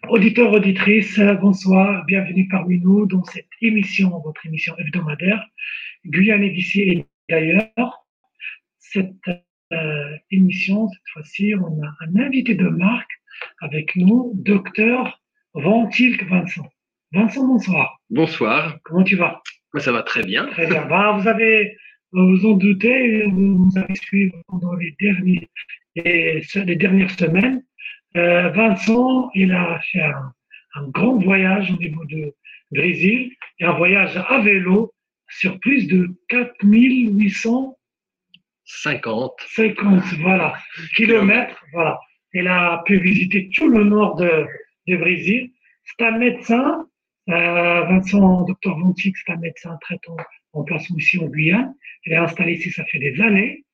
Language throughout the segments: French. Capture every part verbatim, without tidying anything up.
Auditeurs, auditrices, bonsoir, bienvenue parmi nous dans cette émission, votre émission hebdomadaire, Guyane et d'ici et d'ailleurs. Cette euh, émission, cette fois-ci, on a un invité de marque avec nous, docteur Van Tilk Vincent. Vincent, bonsoir. Bonsoir. Comment tu vas? Moi, ça va très bien. Très bien. Ben, vous avez, vous vous en doutez, vous avez suivi pendant les, derniers, les, les dernières semaines. Euh, Vincent, il a fait un, un grand voyage au niveau de Brésil et un voyage à vélo sur plus de quatre mille huit cent cinquante. cinquante voilà, kilomètres. Voilà. Il a pu visiter tout le nord de, du Brésil. C'est un médecin, euh, Vincent, docteur Vontic, c'est un médecin traitant en place ici en Guyane. Il est installé ici, ça fait des années.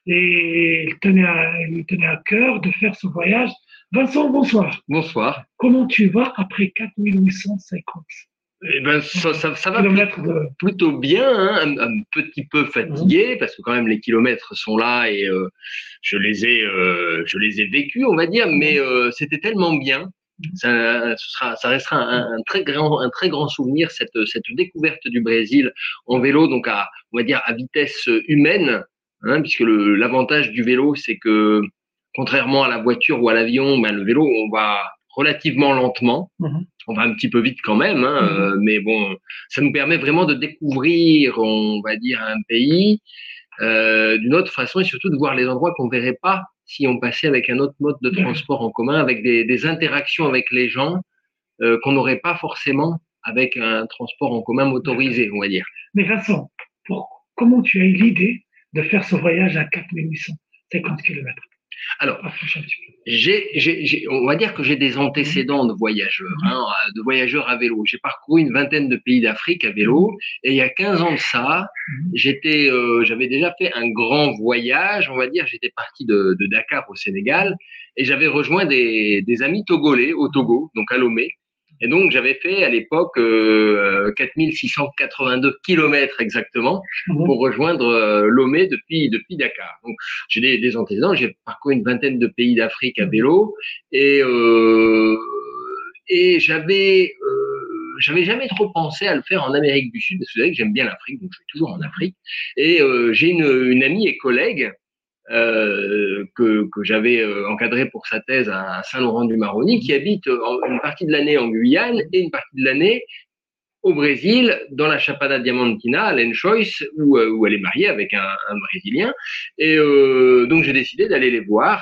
Et il tenait à, il lui tenait à cœur de faire ce voyage. Vincent, bonsoir. Bonsoir. Comment tu vas après quatre mille huit cent cinquante Eh ben, ça, ça, ça va kilomètres plutôt, de... plutôt bien, hein, un, un petit peu fatigué, mmh. parce que quand même les kilomètres sont là et euh, je les ai, euh, je les ai vécus, on va dire, mmh. mais euh, c'était tellement bien. Ça, ce sera, ça restera un, un très grand, un très grand souvenir cette, cette découverte du Brésil en vélo, donc à, on va dire à vitesse humaine, hein, puisque le, l'avantage du vélo, c'est que contrairement à la voiture ou à l'avion, ben, le vélo, on va relativement lentement. Mmh. On va un petit peu vite quand même, hein, mmh. euh, mais bon, ça nous permet vraiment de découvrir, on va dire, un pays euh, d'une autre façon et surtout de voir les endroits qu'on ne verrait pas si on passait avec un autre mode de transport en commun, avec des, des interactions avec les gens euh, qu'on n'aurait pas forcément avec un transport en commun motorisé, on va dire. Mais Vincent, pour, comment tu as eu l'idée de faire ce voyage à quatre mille huit cent cinquante kilomètres? Alors, j'ai, j'ai, j'ai, on va dire que j'ai des antécédents de voyageurs, hein, de voyageurs à vélo. J'ai parcouru une vingtaine de pays d'Afrique à vélo, et il y a quinze ans de ça, j'étais, euh, j'avais déjà fait un grand voyage, on va dire. J'étais parti de, de Dakar au Sénégal, et j'avais rejoint des, des amis togolais au Togo, donc à Lomé. Et donc, j'avais fait à l'époque euh, quatre mille six cent quatre-vingt-deux kilomètres exactement pour rejoindre euh, Lomé depuis, depuis Dakar. Donc, j'ai des, des antécédents, j'ai parcouru une vingtaine de pays d'Afrique à vélo et, euh, et j'avais, euh, j'avais jamais trop pensé à le faire en Amérique du Sud parce que vous savez que j'aime bien l'Afrique, donc je suis toujours en Afrique. Et euh, j'ai une, une amie et collègue Euh, que, que j'avais euh, encadré pour sa thèse à Saint-Laurent-du-Maroni, qui habite euh, une partie de l'année en Guyane et une partie de l'année au Brésil, dans la Chapada Diamantina, à Lençóis, où, euh, où elle est mariée avec un, un Brésilien. Et euh, donc j'ai décidé d'aller les voir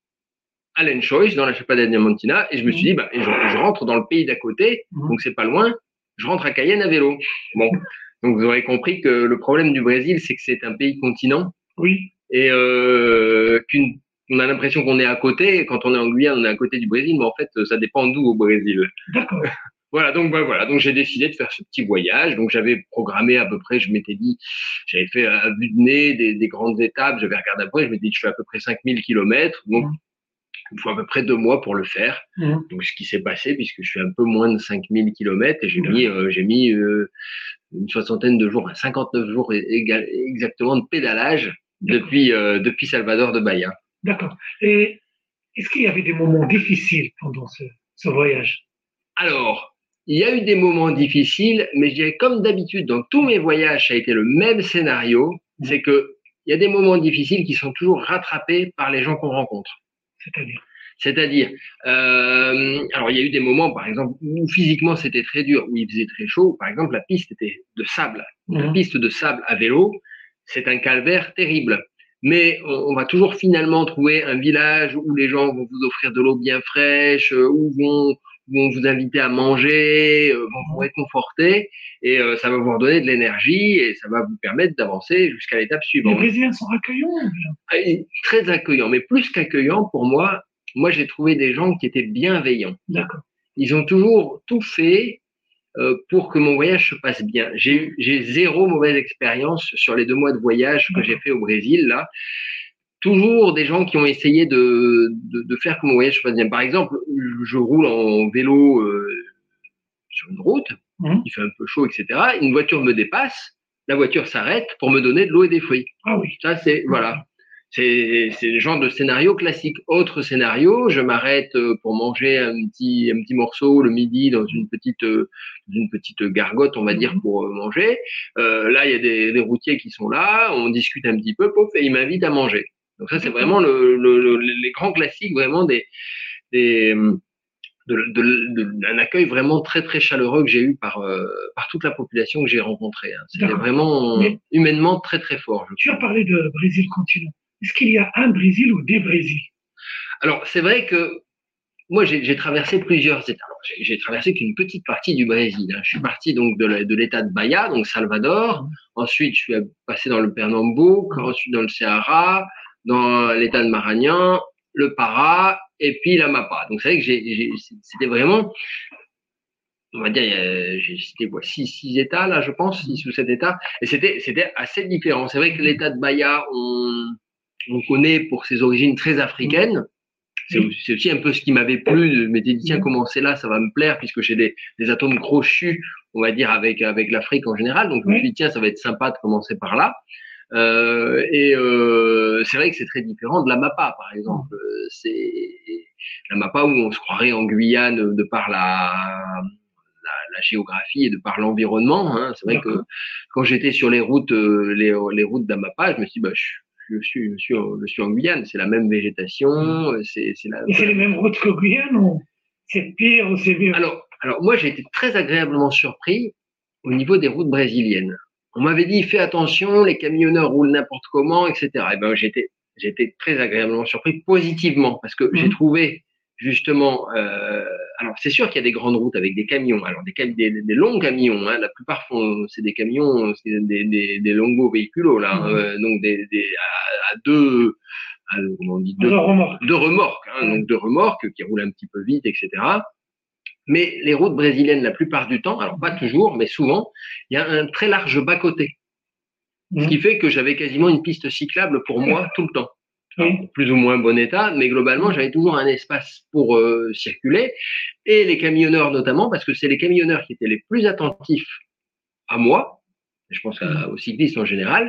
à Lençóis, dans la Chapada Diamantina, et je me suis dit, bah, je, je rentre dans le pays d'à côté, donc c'est pas loin, je rentre à Cayenne à vélo. Bon, donc vous aurez compris que le problème du Brésil, c'est que c'est un pays continent. Oui. Et euh, qu'une, on a l'impression qu'on est à côté. Quand on est en Guyane, on est à côté du Brésil, mais en fait, ça dépend d'où au Brésil. D'accord. Voilà, donc ben, voilà, donc j'ai décidé de faire ce petit voyage. Donc j'avais programmé à peu près, je m'étais dit, j'avais fait à vue de nez des, des grandes étapes. J'avais regardé après, je m'étais dit, je fais à peu près cinq mille kilomètres, donc mmh. il me faut à peu près deux mois pour le faire. Mmh. Donc ce qui s'est passé, puisque je suis un peu moins de cinq mille kilomètres et j'ai mmh. mis, euh, j'ai mis euh, une soixantaine de jours, cinquante-neuf jours égal, exactement de pédalage. Depuis, euh, depuis Salvador de Bahia. D'accord. Et est-ce qu'il y avait des moments difficiles pendant ce, ce voyage? Alors, il y a eu des moments difficiles, mais je dirais comme d'habitude, dans tous mes voyages, ça a été le même scénario, mmh. c'est que il y a des moments difficiles qui sont toujours rattrapés par les gens qu'on rencontre. C'est-à-dire C'est-à-dire, euh, alors il y a eu des moments, par exemple, où physiquement c'était très dur, où il faisait très chaud. Par exemple, la piste était de sable. Mmh. La piste de sable à vélo, c'est un calvaire terrible. Mais on, on va toujours finalement trouver un village où les gens vont vous offrir de l'eau bien fraîche, où vont, vont vous inviter à manger, vont vous réconforter, et euh, ça va vous redonner de l'énergie et ça va vous permettre d'avancer jusqu'à l'étape suivante. Les Brésiliens sont accueillants. Très accueillants, mais plus qu'accueillants, pour moi, moi j'ai trouvé des gens qui étaient bienveillants. D'accord. Ils ont toujours tout fait euh, pour que mon voyage se passe bien. J'ai eu, j'ai zéro mauvaise expérience sur les deux mois de voyage que j'ai fait au Brésil, là. Toujours des gens qui ont essayé de, de, de faire que mon voyage se passe bien. Par exemple, je roule en vélo euh, sur une route, mmh. il fait un peu chaud, et cetera. Une voiture me dépasse, la voiture s'arrête pour me donner de l'eau et des fruits. Ah oui. Ça, c'est, voilà. C'est, c'est le genre de scénario classique. Autre scénario, je m'arrête pour manger un petit, un petit morceau le midi dans une petite, une petite gargote, on va dire, pour manger. Euh, là, il y a des, des routiers qui sont là, on discute un petit peu, pof, et ils m'invitent à manger. Donc ça, c'est vraiment le, le, le, les grands classiques, vraiment des, des de, de, de, d'un accueil vraiment très très chaleureux que j'ai eu par euh, par toute la population que j'ai rencontrée. Hein. C'était D'accord. vraiment Mais humainement très très fort. Tu as parlé de Brésil continent. Est-ce qu'il y a un Brésil ou des Brésils? Alors c'est vrai que moi j'ai, j'ai traversé plusieurs États. Alors, j'ai, j'ai traversé qu'une petite partie du Brésil. Hein. Je suis parti donc de, la, de l'État de Bahia, donc Salvador. Mmh. Ensuite je suis passé dans le Pernambouc, mmh. ensuite dans le Ceará, dans l'État de Maranhão, le Pará et puis l'Amapá. Donc c'est vrai que j'ai, j'ai, c'était vraiment, on va dire, j'ai cité quoi, six, six États là, je pense, six ou sept États, et c'était, c'était assez différent. C'est vrai que l'État de Bahia, on, on connaît pour ses origines très africaines. C'est, c'est aussi un peu ce qui m'avait plu. Je m'étais dit tiens, commencer là, ça va me plaire puisque j'ai des, des atomes crochus, on va dire avec avec l'Afrique en général. Donc je me suis dit tiens, ça va être sympa de commencer par là. Euh, et euh, c'est vrai que c'est très différent de la Mapa, par exemple. Euh, c'est la Mapa où on se croirait en Guyane de par la, la, la géographie et de par l'environnement. Hein. C'est vrai que quand j'étais sur les routes, euh, les, les routes d'Amapa, je me suis dit, bah, je, je, suis, je, suis, je suis en Guyane. C'est la même végétation. C'est, c'est la, et c'est les mêmes routes que Guyane ou c'est pire ou c'est mieux? Alors, alors moi, j'ai été très agréablement surpris au niveau des routes brésiliennes. On m'avait dit, fais attention, les camionneurs roulent n'importe comment, et cetera. Et ben, j'étais, j'étais très agréablement surpris positivement parce que mmh. j'ai trouvé justement, euh, alors c'est sûr qu'il y a des grandes routes avec des camions, alors des, des, des longs camions, hein, la plupart font, c'est des camions, c'est des, des, des longos véhiculos là, mmh. euh, donc des, des à, à deux, à, comment on dit, deux, deux remorques, deux remorques, hein, mmh. donc deux remorques qui roulent un petit peu vite, et cetera. Mais les routes brésiliennes, la plupart du temps, alors pas toujours, mais souvent, il y a un très large bas-côté. Mmh. Ce qui fait que j'avais quasiment une piste cyclable pour moi tout le temps. Alors, plus ou moins bon état, mais globalement, j'avais toujours un espace pour euh, circuler. Et les camionneurs notamment, parce que c'est les camionneurs qui étaient les plus attentifs à moi, je pense à, aux cyclistes en général,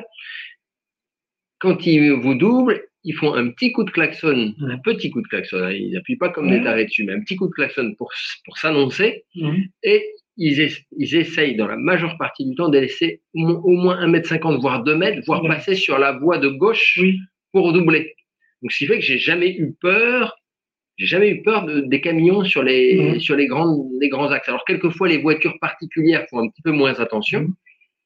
quand ils vous doublent, ils font un petit coup de klaxon, mmh. un petit coup de klaxon, hein, ils n'appuient pas comme mmh. des tarés dessus, mais un petit coup de klaxon pour, pour s'annoncer, mmh. et ils, es, ils essayent dans la majeure partie du temps de laisser au moins un mètre cinquante, voire deux mètres, voire mmh. passer sur la voie de gauche oui. pour doubler. Donc ce qui fait que j'ai jamais eu peur, j'ai jamais eu peur de, des camions sur les, mmh. sur les, grandes, les grands axes. Alors quelquefois les voitures particulières font un petit peu moins attention. Mmh.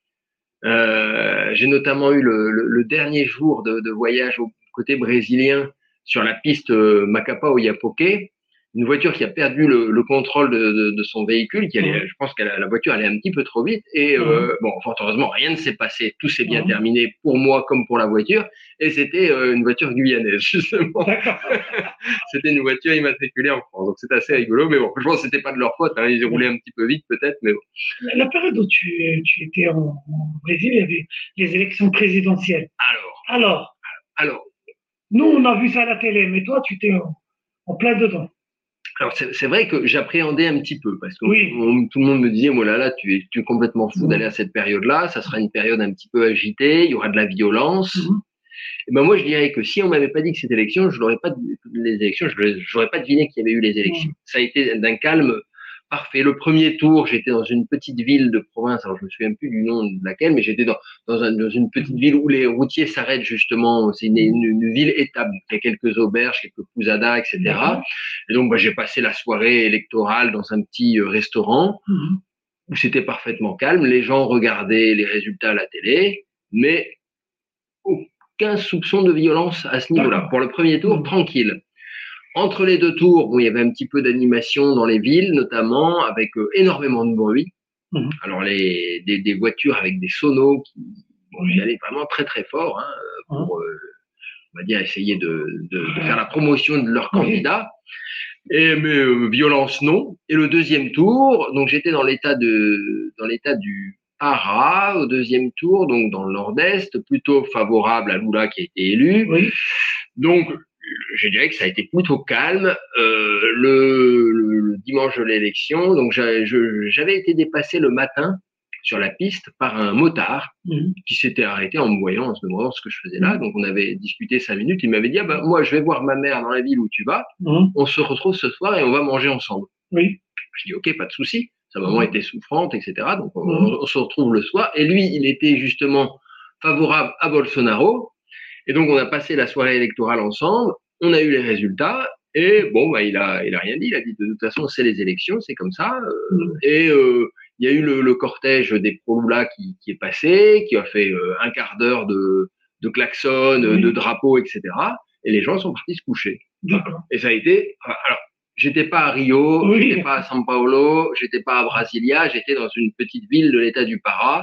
Euh, j'ai notamment eu le, le, le dernier jour de, de voyage au côté brésilien sur la piste Macapá-Oiapoque, une voiture qui a perdu le, le contrôle de, de, de son véhicule, qui allait, mmh. je pense que la voiture allait un petit peu trop vite, et mmh. euh, bon, fort heureusement, rien ne s'est passé, tout s'est bien mmh. terminé pour moi comme pour la voiture, et c'était euh, une voiture guyanaise, justement. C'était une voiture immatriculée en France, donc c'est assez rigolo, mais bon, je pense que c'était pas de leur faute, hein, ils roulaient un petit peu vite peut-être, mais bon. La période où tu, tu étais en, en Brésil, il y avait les élections présidentielles. Alors Alors Alors nous, on a vu ça à la télé, mais toi, tu étais en, en plein dedans. Alors c'est, c'est vrai que j'appréhendais un petit peu parce que oui. on, tout le monde me disait, oh là là, tu es, tu es complètement fou mmh. d'aller à cette période-là, ça sera une période un petit peu agitée, il y aura de la violence. Mmh. Et ben moi je dirais que si on m'avait pas dit que c'était l'élection, je n'aurais pas les élections, je n'aurais pas deviné qu'il y avait eu les élections. Mmh. Ça a été d'un calme parfait. Le premier tour, j'étais dans une petite ville de province, alors je me souviens plus du nom de laquelle, mais j'étais dans, dans, un, dans une petite ville où les routiers s'arrêtent justement. C'est une, une, une ville étable, il y a quelques auberges, quelques pousadas, et cetera. Et donc, bah, j'ai passé la soirée électorale dans un petit euh, restaurant mmh. où c'était parfaitement calme. Les gens regardaient les résultats à la télé, mais aucun soupçon de violence à ce niveau-là. Pour le premier tour, mmh. tranquille. Entre les deux tours, bon, il y avait un petit peu d'animation dans les villes, notamment avec euh, énormément de bruit. Mmh. Alors les des, des voitures avec des sonos qui, bon, qui allaient vraiment très très fort hein, pour, mmh. euh, on va dire, essayer de, de, de faire la promotion de leur candidat. Et mais euh, violence non. Et le deuxième tour, donc j'étais dans l'état de dans l'état du Pará au deuxième tour, donc dans le nord-est, plutôt favorable à Lula qui a été élu. Oui. Donc je dirais que ça a été plutôt calme. Euh, le, le, le dimanche de l'élection, donc j'avais, je, j'avais été dépassé le matin sur la piste par un motard Mhm. qui s'était arrêté en me voyant, en se demandant ce que je faisais là. Mhm. Donc, on avait discuté cinq minutes. Il m'avait dit, ah ben, moi, je vais voir ma mère dans la ville où tu vas. Mhm. On se retrouve ce soir et on va manger ensemble. Oui. Je dis, OK, pas de souci. Sa maman Mhm. était souffrante, et cetera. Donc, on, Mhm. on se retrouve le soir. Et lui, il était justement favorable à Bolsonaro. Et donc, on a passé la soirée électorale ensemble. On a eu les résultats. Et bon, bah, il a, il a rien dit. Il a dit, de toute façon, c'est les élections, c'est comme ça. Mhm. Et euh, il y a eu le, le cortège des pro-Lula qui, qui est passé, qui a fait euh, un quart d'heure de, de klaxons, Oui. de drapeaux, et cetera. Et les gens sont partis se coucher. D'accord. Et ça a été. Alors, j'étais pas à Rio, Oui. j'étais pas à São Paulo, j'étais pas à Brasilia, j'étais dans une petite ville de l'État du Pará.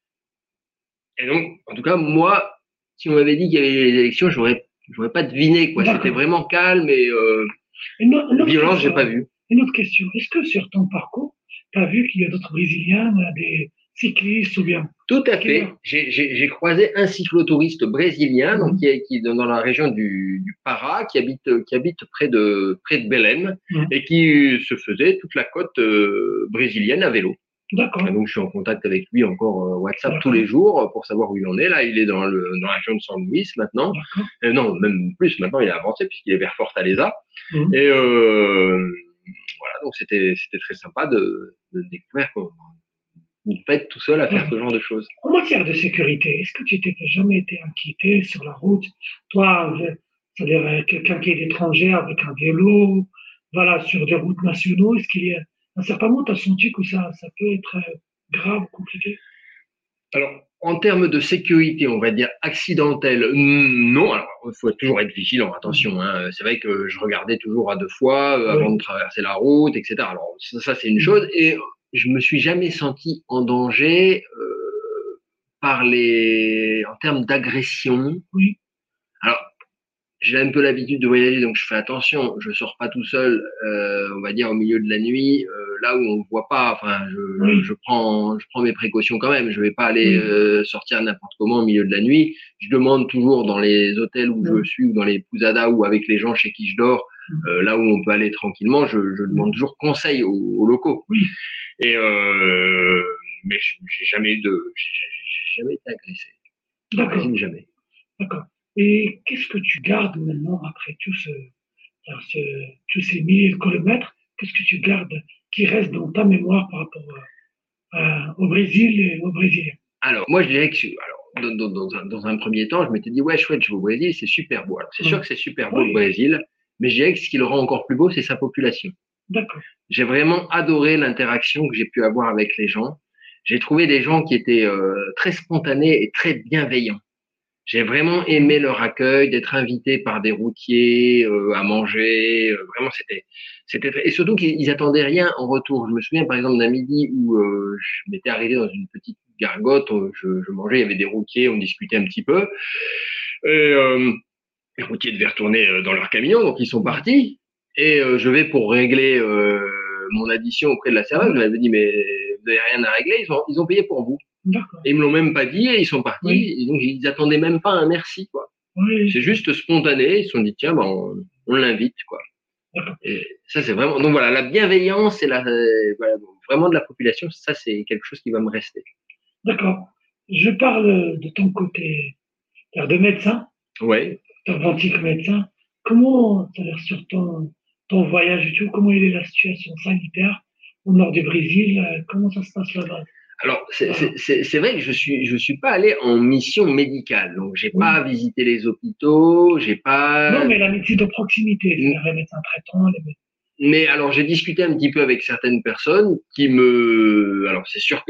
Et donc, en tout cas, moi, si on m'avait dit qu'il y avait les élections, j'aurais, j'aurais pas deviné, quoi. C'était vraiment calme et euh, une, une violence, j'ai pas vu. Une autre question. Est-ce que sur ton parcours, tu as vu qu'il y a d'autres Brésiliens, des cyclistes ou bien? Tout à fait. J'ai, j'ai, j'ai croisé un cyclotouriste brésilien, mmh. donc qui est, qui est dans la région du, du Pará, qui habite, qui habite près de, près de Belém, mmh. et qui se faisait toute la côte euh, brésilienne à vélo. D'accord. Et donc, je suis en contact avec lui encore euh, WhatsApp D'accord. tous les jours pour savoir où il en est. Là, il est dans, le, dans la région de San Luis maintenant. Euh, non, même plus. Maintenant, il a avancé puisqu'il est vers Fortaleza. Mmh. Et euh, voilà, donc c'était, c'était très sympa de, de découvrir quoi. Vous faites tout seul à faire ce genre de choses. En matière de sécurité, est-ce que tu t'es jamais été inquiété sur la route? Toi, c'est-à-dire quelqu'un qui est étranger avec un vélo, voilà, sur des routes nationaux, est-ce qu'il y a un certain moment, tu as senti que ça, ça peut être grave, compliqué? Alors, en termes de sécurité, on va dire accidentelle, non. Alors, il faut toujours être vigilant, attention. Hein. C'est vrai que je regardais toujours à deux fois euh, avant oui. de traverser la route, et cetera. Alors, ça, ça c'est une chose. Et je me suis jamais senti en danger euh, par les, en termes d'agression. Oui. Alors, j'ai un peu l'habitude de voyager, donc je fais attention. Je sors pas tout seul, euh, on va dire au milieu de la nuit, euh, là où on ne voit pas. Enfin, je, oui. je, je prends, je prends mes précautions quand même. Je vais pas aller oui. euh, sortir n'importe comment au milieu de la nuit. Je demande toujours dans les hôtels où oui. je suis, ou dans les pousadas, ou avec les gens chez qui je dors, euh, là où on peut aller tranquillement. Je, je demande toujours conseil aux, aux locaux. Oui. Et euh, mais j'ai jamais eu de, j'ai jamais été agressé. D'accord. Jamais. D'accord. Et qu'est-ce que tu gardes maintenant après tout ce, ce, tous ces milliers de kilomètres? Qu'est-ce que tu gardes qui reste dans ta mémoire par rapport à, au Brésil et aux Brésiliens? Alors, moi, je dirais que alors, dans, dans, dans, un, dans un premier temps, je m'étais dit, ouais, chouette, je vais au Brésil, c'est super beau. Alors, c'est mmh. sûr que c'est super beau oui. le Brésil, mais je dirais que ce qui le rend encore plus beau, c'est sa population. D'accord. J'ai vraiment adoré l'interaction que j'ai pu avoir avec les gens. J'ai trouvé des gens qui étaient euh, très spontanés et très bienveillants. J'ai vraiment aimé leur accueil, d'être invité par des routiers euh, à manger. Euh, vraiment, c'était, c'était très... et surtout qu'ils attendaient rien en retour. Je me souviens par exemple d'un midi où euh, je m'étais arrêté dans une petite gargote, je, je mangeais, il y avait des routiers, on discutait un petit peu. Et euh, les routiers devaient retourner dans leur camion, donc ils sont partis. Et euh, je vais pour régler euh, mon addition auprès de la serveuse. Je lui avais dit mais vous n'avez rien à régler, ils ont, ils ont payé pour vous. D'accord. Et ils me l'ont même pas dit et ils sont partis. Oui. Et donc ils attendaient même pas un merci quoi. Oui. C'est juste spontané. Ils se sont dit tiens ben on, on l'invite quoi. D'accord. Et ça c'est vraiment donc voilà la bienveillance et la euh, voilà, vraiment de la population ça c'est quelque chose qui va me rester. D'accord. Je parle de ton côté de médecin. Ouais. Authentique médecin. Comment c'est-à-dire sur ton ton voyage et tout comment est la situation sanitaire au nord du Brésil? Comment ça se passe là-bas? Alors, c'est, voilà. c'est, c'est vrai que je suis, je suis pas allé en mission médicale, donc j'ai oui. pas visité les hôpitaux, j'ai pas. Non, mais la médecine de proximité, c'est les médecins traitants, les médecins. Mais alors, j'ai discuté un petit peu avec certaines personnes qui me, alors c'est sûr que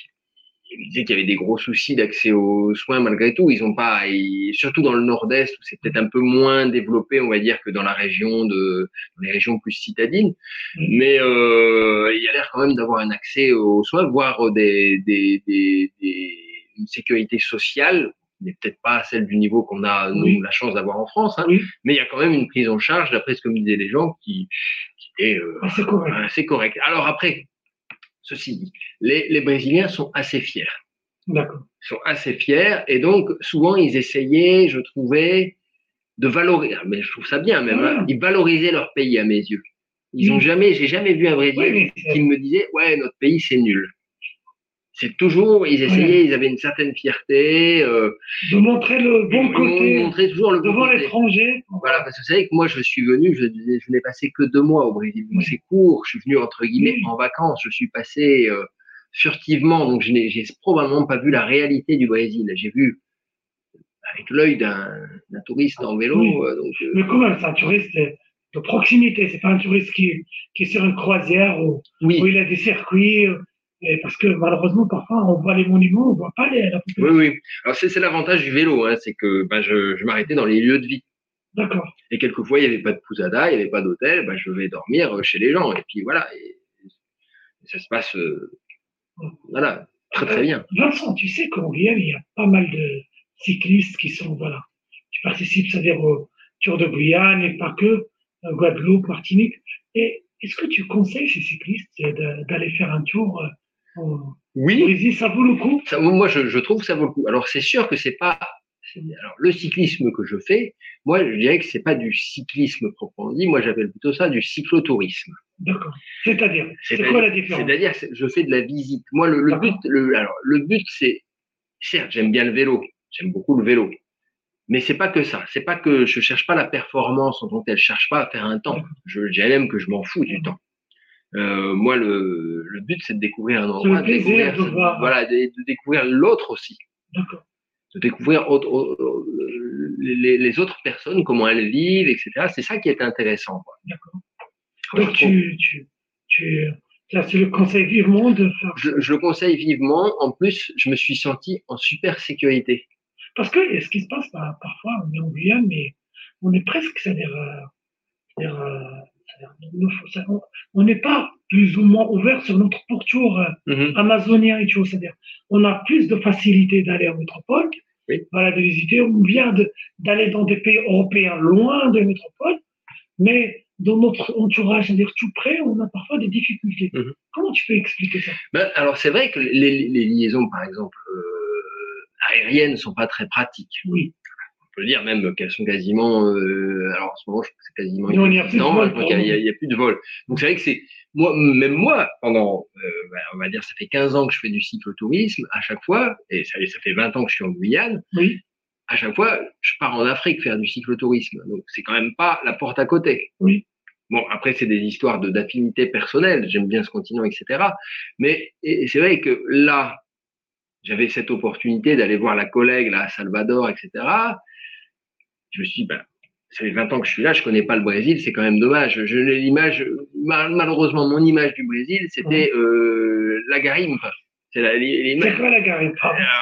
ils disaient qu'il y avait des gros soucis d'accès aux soins malgré tout. Ils ont pas, et surtout dans le Nord-Est où c'est peut-être un peu moins développé, on va dire, que dans la région de, dans les régions plus citadines. Mmh. Mais euh, il y a l'air quand même d'avoir un accès aux soins, voire des, des, des, des une sécurité sociale, qui n'est peut-être pas celle du niveau qu'on a nous oui. la chance d'avoir en France, hein, oui. mais il y a quand même une prise en charge, d'après ce que me disaient les gens, qui, qui est euh, assez correct. assez correct. Alors après. Ceci dit, les, les Brésiliens sont assez fiers. D'accord. Ils sont assez fiers et donc souvent ils essayaient, je trouvais, de valoriser. Mais je trouve ça bien même. Ah. Hein, ils valorisaient leur pays à mes yeux. Ils oui. ont jamais, j'ai jamais vu un Brésilien oui, qui me disait ouais notre pays c'est nul. C'est toujours, ils essayaient, Ouais. ils avaient une certaine fierté. Euh, De montrer le bon ils côté montraient toujours le bon devant côté. l'étranger. Voilà, parce que vous savez que moi, je suis venu, je, je n'ai passé que deux mois au Brésil. Donc, Oui. c'est court. Je suis venu, entre guillemets, Oui. en vacances. Je suis passé euh, furtivement. Donc, je n'ai j'ai probablement pas vu la réalité du Brésil. J'ai vu avec l'œil d'un d'un touriste en vélo. Oui. euh, donc, euh, Mais quand même, c'est un touriste de, de proximité. C'est pas un touriste qui, qui est sur une croisière où, où oui, il a des circuits. euh, Et parce que malheureusement, parfois, on voit les monuments, on voit pas les, la oui, population. oui. Alors, c'est c'est l'avantage du vélo, hein, c'est que ben, je, je m'arrêtais dans les lieux de vie. D'accord. Et quelquefois, il n'y avait pas de pousada, il n'y avait pas d'hôtel, ben, je vais dormir chez les gens. Et puis voilà, et, et ça se passe, euh, voilà, très très Euh, bien. Vincent, tu sais qu'en Guyane, il y a pas mal de cyclistes qui sont, voilà, qui participent, c'est-à-dire au Tour de Guyane et pas que, euh, Guadeloupe, Martinique. Et est-ce que tu conseilles ces cyclistes euh, de- d'aller faire un tour euh, au au Oui, Brésil? Ça vaut le coup? ça, moi je, je trouve que ça vaut le coup. Alors c'est sûr que c'est pas, alors le cyclisme que je fais, moi je dirais que c'est pas du cyclisme proprement dit. Moi j'appelle plutôt ça du cyclotourisme. D'accord. C'est-à-dire, c'est C'est-à-dire, quoi la différence? c'est-à-dire, que je fais de la visite. Moi le, le but, D'accord. le, alors le but c'est, certes j'aime bien le vélo, j'aime beaucoup le vélo. Mais c'est pas que ça. C'est pas que je cherche pas la performance en tant que telle. Je cherche pas à faire un temps. D'accord. Je dirais même que je m'en fous du Mhm. temps. Euh, moi, le, le but, c'est de découvrir un C'est le endroit, de plaisir découvrir, de voir. voilà, de, de découvrir l'autre aussi, D'accord. de découvrir autre, autre, les, les, autres personnes, comment elles vivent, et cetera. C'est ça qui est intéressant, quoi. D'accord. Moi, Donc, tu, tu, tu, là, tu le conseilles vivement de faire je, ça. je le conseille vivement. En plus, je me suis senti en super sécurité. Parce que ce qui se passe, bah, parfois, on est en Guyane, mais on est presque, c'est-à-dire, euh, c'est-à-dire, euh, c'est-à-dire, nous, ça- on on n'est pas plus ou moins ouvert sur notre pourtour euh, Mm-hmm. amazonien et tout. C'est-à-dire, on a plus de facilité d'aller en métropole, Oui. voilà, de visiter, ou bien de- d'aller dans des pays européens loin de métropole, mais dans notre entourage, c'est-à-dire tout près, on a parfois des difficultés. Mm-hmm. Comment tu peux expliquer ça? Ben, alors, c'est vrai que les, les liaisons, par exemple, euh, aériennes, sont pas très pratiques. Oui. On peut dire même qu'elles sont quasiment, euh, alors en ce moment, je crois que c'est quasiment Non, il n'y a plus de inexistant. vol Je crois pour qu'il nous. n'y a, a, a, plus de vol. Donc c'est vrai que c'est, moi, même moi, pendant, euh, ben, on va dire, ça fait quinze ans que je fais du cyclotourisme, à chaque fois, et ça, ça fait vingt ans que je suis en Guyane, Oui. à chaque fois, je pars en Afrique faire du cyclotourisme. Donc c'est quand même pas la porte à côté. Oui. Bon, après, c'est des histoires de, d'affinité personnelle. J'aime bien ce continent, et cetera. Mais et, et c'est vrai que là, j'avais cette opportunité d'aller voir la collègue là à Salvador, et cetera. Je me suis dit, ben, ça fait vingt ans que je suis là, je connais pas le Brésil, c'est quand même dommage. Je l'ai l'image, malheureusement, mon image du Brésil, c'était euh, la garimpe. C'est la, l'image. C'est quoi la garimpe?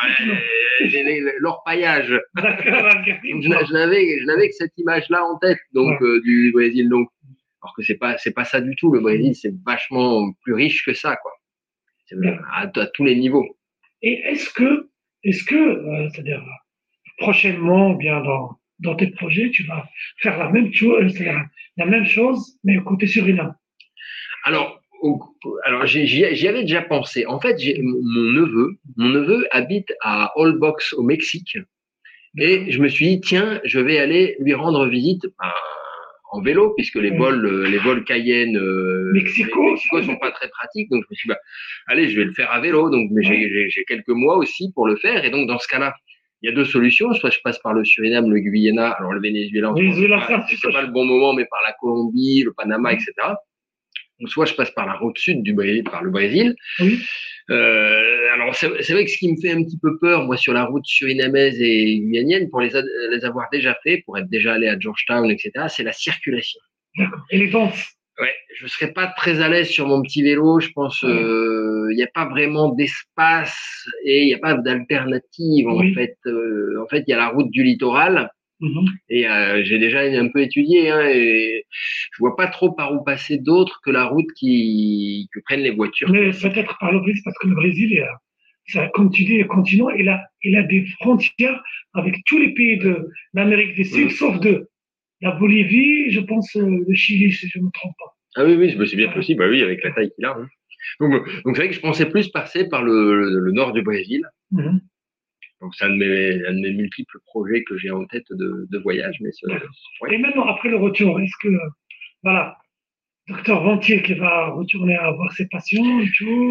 euh, L'orpaillage. D'accord, la garimpe. Je, je n'avais, je n'avais que cette image-là en tête, donc ouais. euh, du Brésil. Donc, alors que c'est pas, c'est pas ça du tout. Le Brésil, c'est vachement plus riche que ça, quoi. C'est à, à tous les niveaux. Et est-ce que, est-ce que, euh, c'est-à-dire prochainement, bien dans dans tes projets, tu vas faire la même chose, c'est-à-dire la même chose, mais côté Suriname? Alors, au, alors j'y, j'y avais déjà pensé. En fait, j'ai, mon neveu, mon neveu habite à Holbox au Mexique, et je me suis dit tiens, je vais aller lui rendre visite. Ben, en vélo, puisque les oui. vols, les vols Cayenne, euh, Mexico, Mexico sont pas très pratiques. Donc je me suis dit, bah, allez, je vais le faire à vélo. Donc mais ouais. j'ai, j'ai quelques mois aussi pour le faire. Et donc dans ce cas-là, il y a deux solutions. Soit je passe par le Suriname, le Guyana, alors le Venezuela, oui, c'est pas, c'est pas le bon moment, mais par la Colombie, le Panama, oui. et cetera. Donc soit je passe par la route sud du Brésil, par le Brésil. Oui. Euh, alors c'est, c'est vrai que ce qui me fait un petit peu peur, moi, sur la route surinamaise et guyanienne, pour les, a, les avoir déjà fait, pour être déjà allé à Georgetown, et cetera, c'est la circulation. D'accord. Et les danses. Ouais, je serais pas très à l'aise sur mon petit vélo. Je pense, il euh, n'y a pas vraiment d'espace et il n'y a pas d'alternative en oui. fait. Euh, en fait, il y a la route du littoral. Mm-hmm. Et euh, j'ai déjà un peu étudié, hein, et je vois pas trop par où passer d'autre que la route qui que prennent les voitures. Mais peut-être par le Brésil, parce que le Brésil, il a, ça, comme tu dis, le continent, il a, il a des frontières avec tous les pays de l'Amérique du Sud, mm-hmm. sauf deux. La Bolivie, je pense le Chili, si je ne me trompe pas. Ah oui, oui, c'est bien possible, bah oui, avec la taille qu'il a. Hein. Donc, donc c'est vrai que je pensais plus passer par le, le, le nord du Brésil. Mm-hmm. Donc c'est un de, mes, un de mes multiples projets que j'ai en tête de, de voyage. Mais ce, ouais. Et même après le retour, est-ce que, voilà, docteur Ventier qui va retourner à avoir ses patients et tout,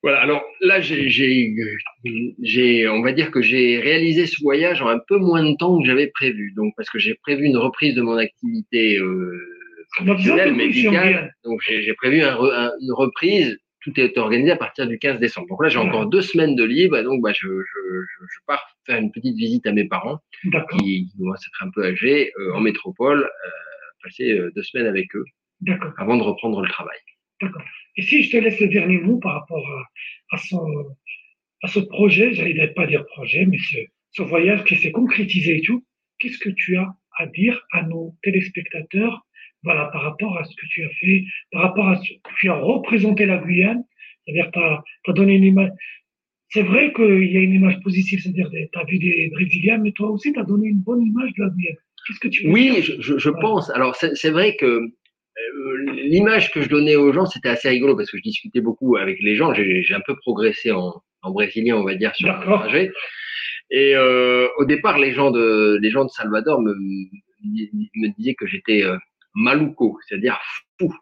Voilà, alors là, j'ai, j'ai, j'ai, on va dire que j'ai réalisé ce voyage en un peu moins de temps que j'avais prévu. Donc, parce que j'ai prévu une reprise de mon activité euh, professionnelle, médicale. Donc, j'ai, j'ai prévu un, un, une reprise. Tout est organisé à partir du quinze décembre. Donc là, j'ai encore deux semaines de libre. Et donc, bah, je, je, je pars faire une petite visite à mes parents, qui, qui commencent à être un peu âgés, euh, en métropole, euh, passer euh, deux semaines avec eux, avant de reprendre le travail. D'accord. Et si je te laisse le dernier mot par rapport à, à, son, à ce projet, j'allais pas dire projet, mais ce, ce voyage qui s'est concrétisé et tout, qu'est-ce que tu as à dire à nos téléspectateurs, voilà, par rapport à ce que tu as fait, par rapport à ce que tu as représenté la Guyane, c'est-à-dire tu as donné une image. C'est vrai qu'il y a une image positive, c'est-à-dire tu as vu des Brésiliens, mais toi aussi tu as donné une bonne image de la Guyane. Qu'est-ce que tu veux Oui, dire? je, je, je voilà. pense. Alors c'est, c'est vrai que Euh, l'image que je donnais aux gens, c'était assez rigolo parce que je discutais beaucoup avec les gens. J'ai, j'ai un peu progressé en, en brésilien, on va dire, sur le trajet. Et euh, au départ, les gens de les gens de Salvador me, me disaient que j'étais euh, maluco, c'est-à-dire fou.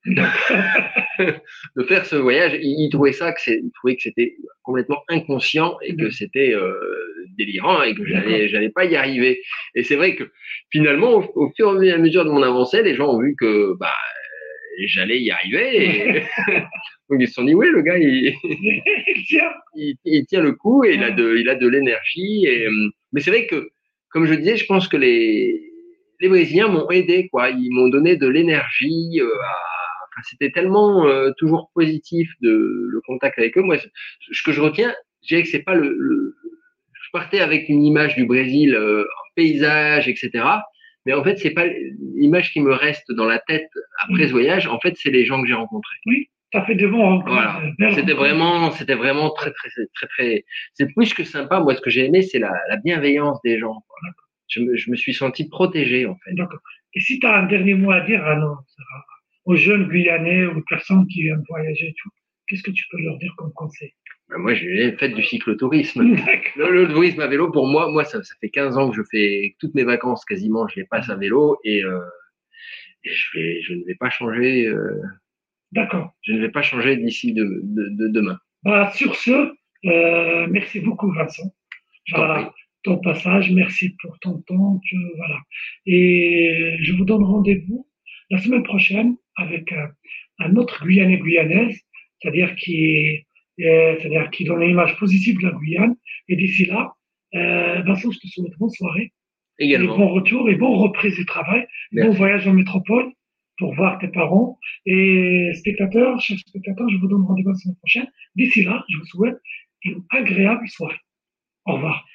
De faire ce voyage, ils, ils trouvaient ça que c'est, ils trouvaient que c'était complètement inconscient et que c'était euh, délirant et que j'allais, j'allais pas y arriver. Et c'est vrai que finalement, au, au fur et à mesure de mon avancée, les gens ont vu que bah j'allais y arriver. Et donc ils se sont dit oui, le gars il, il, il tient le coup et il a de, il a de l'énergie. Et, mais c'est vrai que, comme je disais, je pense que les les Brésiliens m'ont aidé, quoi. Ils m'ont donné de l'énergie. Euh, à, enfin, c'était tellement euh, toujours positif de le contact avec eux. Moi, ce que je retiens, je dirais que c'est pas le, le je partais avec une image du Brésil, euh, un paysage, et cetera. Mais en fait, c'est pas l'image qui me reste dans la tête après oui. ce voyage. En fait, c'est les gens que j'ai rencontrés. Oui, ça fait de bons rencontres. Voilà. C'était vraiment, c'était vraiment très, très, très, très. C'est plus que sympa. Moi, ce que j'ai aimé, c'est la, la bienveillance des gens. Quoi. Je me, je me suis senti protégé, en fait. D'accord. Et si tu as un dernier mot à dire à nos, aux jeunes Guyanais, aux personnes qui viennent voyager et tout, qu'est-ce que tu peux leur dire comme conseil? Ben moi, j'ai fait du cyclotourisme. Le, le tourisme à vélo, pour moi, moi, ça, ça fait quinze ans que je fais toutes mes vacances quasiment, je les passe à vélo et, euh, et je, vais, je ne vais pas changer. Euh, D'accord. Je ne vais pas changer d'ici de, de, de demain. Bah, sur ce, euh, merci beaucoup, Vincent. Voilà, ton passage, merci pour ton temps. Tu, voilà. Et je vous donne rendez-vous la semaine prochaine avec un, un autre Guyanais Guyanaise, c'est-à-dire qui, euh, c'est-à-dire qui donne une image positive de la Guyane. Et d'ici là, euh, Vincent, je te souhaite bonne soirée. Également. Et bon retour et bon reprise du travail. Merci. Bon voyage en métropole pour voir tes parents. Et spectateurs, chers spectateurs, je vous donne rendez-vous la semaine prochaine. D'ici là, je vous souhaite une agréable soirée. Au revoir.